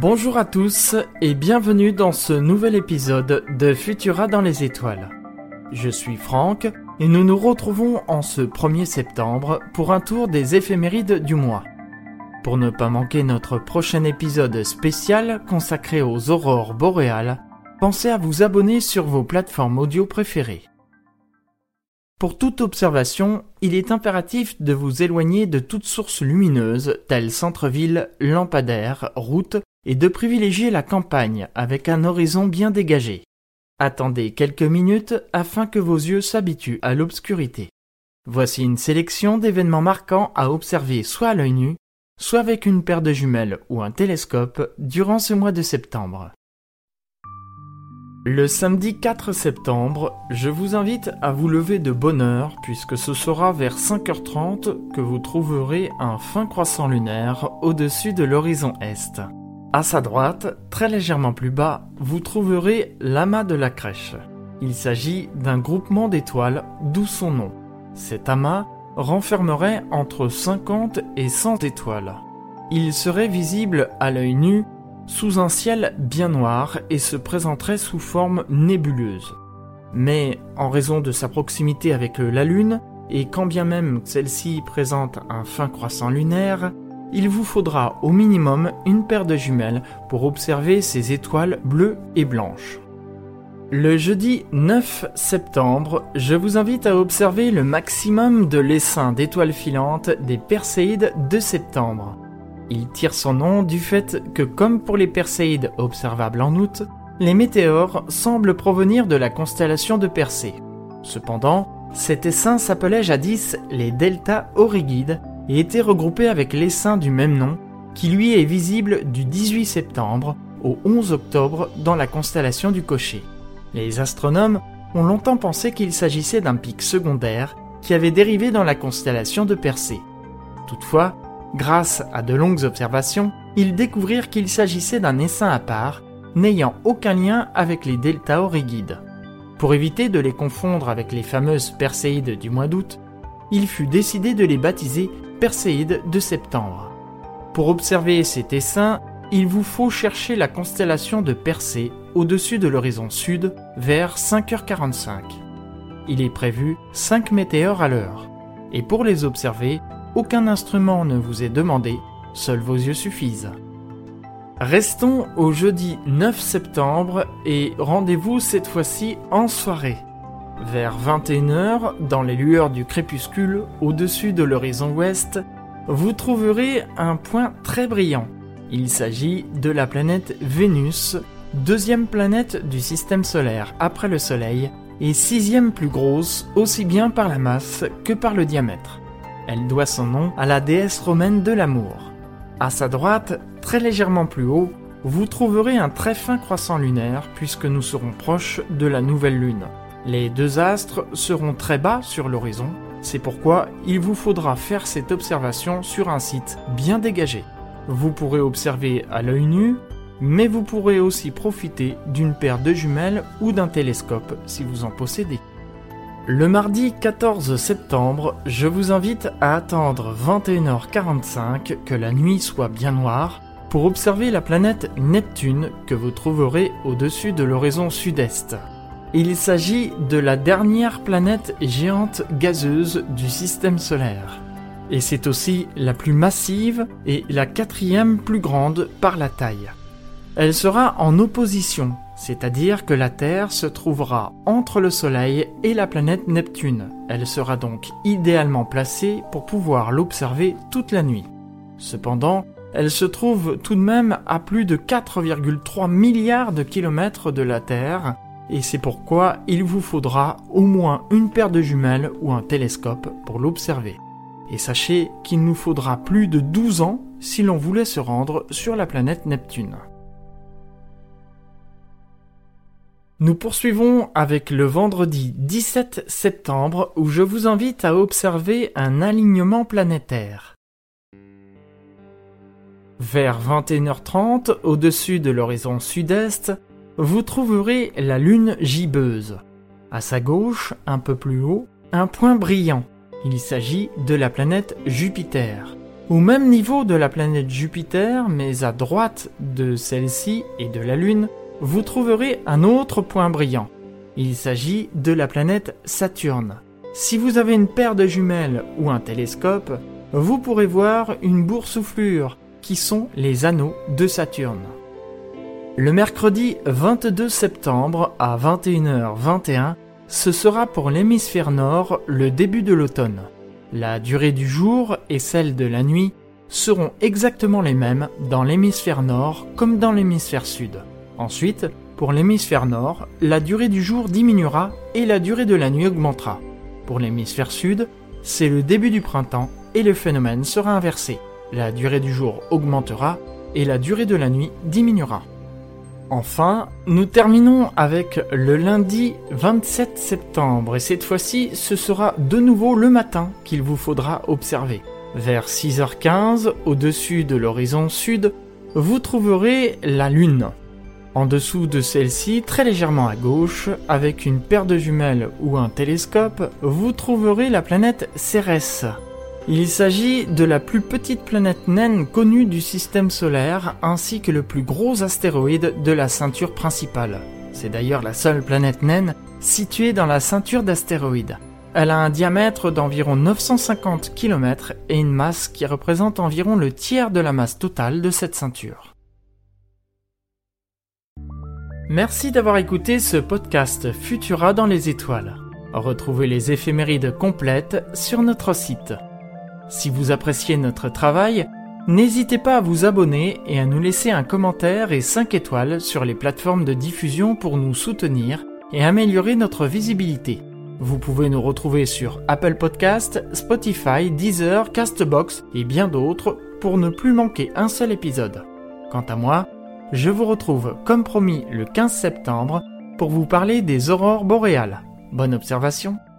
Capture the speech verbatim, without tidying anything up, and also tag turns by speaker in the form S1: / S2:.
S1: Bonjour à tous et bienvenue dans ce nouvel épisode de Futura dans les étoiles. Je suis Franck et nous nous retrouvons en ce premier septembre pour un tour des éphémérides du mois. Pour ne pas manquer notre prochain épisode spécial consacré aux aurores boréales, pensez à vous abonner sur vos plateformes audio préférées. Pour toute observation, il est impératif de vous éloigner de toute source lumineuse telle centre-ville, lampadaire, route et de privilégier la campagne avec un horizon bien dégagé. Attendez quelques minutes afin que vos yeux s'habituent à l'obscurité. Voici une sélection d'événements marquants à observer soit à l'œil nu, soit avec une paire de jumelles ou un télescope durant ce mois de septembre. Le samedi quatre septembre, je vous invite à vous lever de bonne heure puisque ce sera vers cinq heures trente que vous trouverez un fin croissant lunaire au-dessus de l'horizon est. À sa droite, très légèrement plus bas, vous trouverez l'amas de la Crèche. Il s'agit d'un groupement d'étoiles, d'où son nom. Cet amas renfermerait entre cinquante et cent étoiles. Il serait visible à l'œil nu sous un ciel bien noir et se présenterait sous forme nébuleuse. Mais en raison de sa proximité avec la Lune, et quand bien même celle-ci présente un fin croissant lunaire, il vous faudra au minimum une paire de jumelles pour observer ces étoiles bleues et blanches. Le jeudi neuf septembre, je vous invite à observer le maximum de l'essaim d'étoiles filantes des Perséides de septembre. Il tire son nom du fait que, comme pour les Perséides observables en août, les météores semblent provenir de la constellation de Persée. Cependant, cet essaim s'appelait jadis les Delta Aurigides et était regroupé avec l'essaim du même nom, qui lui est visible du dix-huit septembre au onze octobre dans la constellation du Cocher. Les astronomes ont longtemps pensé qu'il s'agissait d'un pic secondaire qui avait dérivé dans la constellation de Persée. Toutefois, grâce à de longues observations, ils découvrirent qu'il s'agissait d'un essaim à part, n'ayant aucun lien avec les Delta Aurigides. Pour éviter de les confondre avec les fameuses Perséides du mois d'août, il fut décidé de les baptiser Perséides de septembre. Pour observer cet essaim, il vous faut chercher la constellation de Persée au-dessus de l'horizon sud vers cinq heures quarante-cinq. Il est prévu cinq météores à l'heure. Et pour les observer, aucun instrument ne vous est demandé, seuls vos yeux suffisent. Restons au jeudi neuf septembre et rendez-vous cette fois-ci en soirée. Vers vingt et une heures, dans les lueurs du crépuscule, au-dessus de l'horizon ouest, vous trouverez un point très brillant. Il s'agit de la planète Vénus, deuxième planète du système solaire après le Soleil et sixième plus grosse aussi bien par la masse que par le diamètre. Elle doit son nom à la déesse romaine de l'amour. À sa droite, très légèrement plus haut, vous trouverez un très fin croissant lunaire puisque nous serons proches de la nouvelle lune. Les deux astres seront très bas sur l'horizon, c'est pourquoi il vous faudra faire cette observation sur un site bien dégagé. Vous pourrez observer à l'œil nu, mais vous pourrez aussi profiter d'une paire de jumelles ou d'un télescope si vous en possédez. Le mardi quatorze septembre, je vous invite à attendre vingt et une heures quarante-cinq que la nuit soit bien noire pour observer la planète Neptune que vous trouverez au-dessus de l'horizon sud-est. Il s'agit de la dernière planète géante gazeuse du système solaire. Et c'est aussi la plus massive et la quatrième plus grande par la taille. Elle sera en opposition, c'est-à-dire que la Terre se trouvera entre le Soleil et la planète Neptune. Elle sera donc idéalement placée pour pouvoir l'observer toute la nuit. Cependant, elle se trouve tout de même à plus de quatre virgule trois milliards de kilomètres de la Terre, et c'est pourquoi il vous faudra au moins une paire de jumelles ou un télescope pour l'observer. Et sachez qu'il nous faudra plus de douze ans si l'on voulait se rendre sur la planète Neptune. Nous poursuivons avec le vendredi dix-sept septembre où je vous invite à observer un alignement planétaire. Vers vingt et une heures trente, au-dessus de l'horizon sud-est, vous trouverez la lune gibbeuse. À sa gauche, un peu plus haut, un point brillant. Il s'agit de la planète Jupiter. Au même niveau de la planète Jupiter, mais à droite de celle-ci et de la Lune, vous trouverez un autre point brillant. Il s'agit de la planète Saturne. Si vous avez une paire de jumelles ou un télescope, vous pourrez voir une boursouflure, qui sont les anneaux de Saturne. Le mercredi vingt-deux septembre à vingt et une heures vingt et un, ce sera pour l'hémisphère nord le début de l'automne. La durée du jour et celle de la nuit seront exactement les mêmes dans l'hémisphère nord comme dans l'hémisphère sud. Ensuite, pour l'hémisphère nord, la durée du jour diminuera et la durée de la nuit augmentera. Pour l'hémisphère sud, c'est le début du printemps et le phénomène sera inversé. La durée du jour augmentera et la durée de la nuit diminuera. Enfin, nous terminons avec le lundi vingt-sept septembre et cette fois-ci, ce sera de nouveau le matin qu'il vous faudra observer. Vers six heures quinze, au-dessus de l'horizon sud, vous trouverez la Lune. En dessous de celle-ci, très légèrement à gauche, avec une paire de jumelles ou un télescope, vous trouverez la planète Cérès. Il s'agit de la plus petite planète naine connue du système solaire ainsi que le plus gros astéroïde de la ceinture principale. C'est d'ailleurs la seule planète naine située dans la ceinture d'astéroïdes. Elle a un diamètre d'environ neuf cent cinquante kilomètres et une masse qui représente environ le tiers de la masse totale de cette ceinture. Merci d'avoir écouté ce podcast Futura dans les étoiles. Retrouvez les éphémérides complètes sur notre site. Si vous appréciez notre travail, n'hésitez pas à vous abonner et à nous laisser un commentaire et cinq étoiles sur les plateformes de diffusion pour nous soutenir et améliorer notre visibilité. Vous pouvez nous retrouver sur Apple Podcasts, Spotify, Deezer, Castbox et bien d'autres pour ne plus manquer un seul épisode. Quant à moi, je vous retrouve comme promis le quinze septembre pour vous parler des aurores boréales. Bonne observation!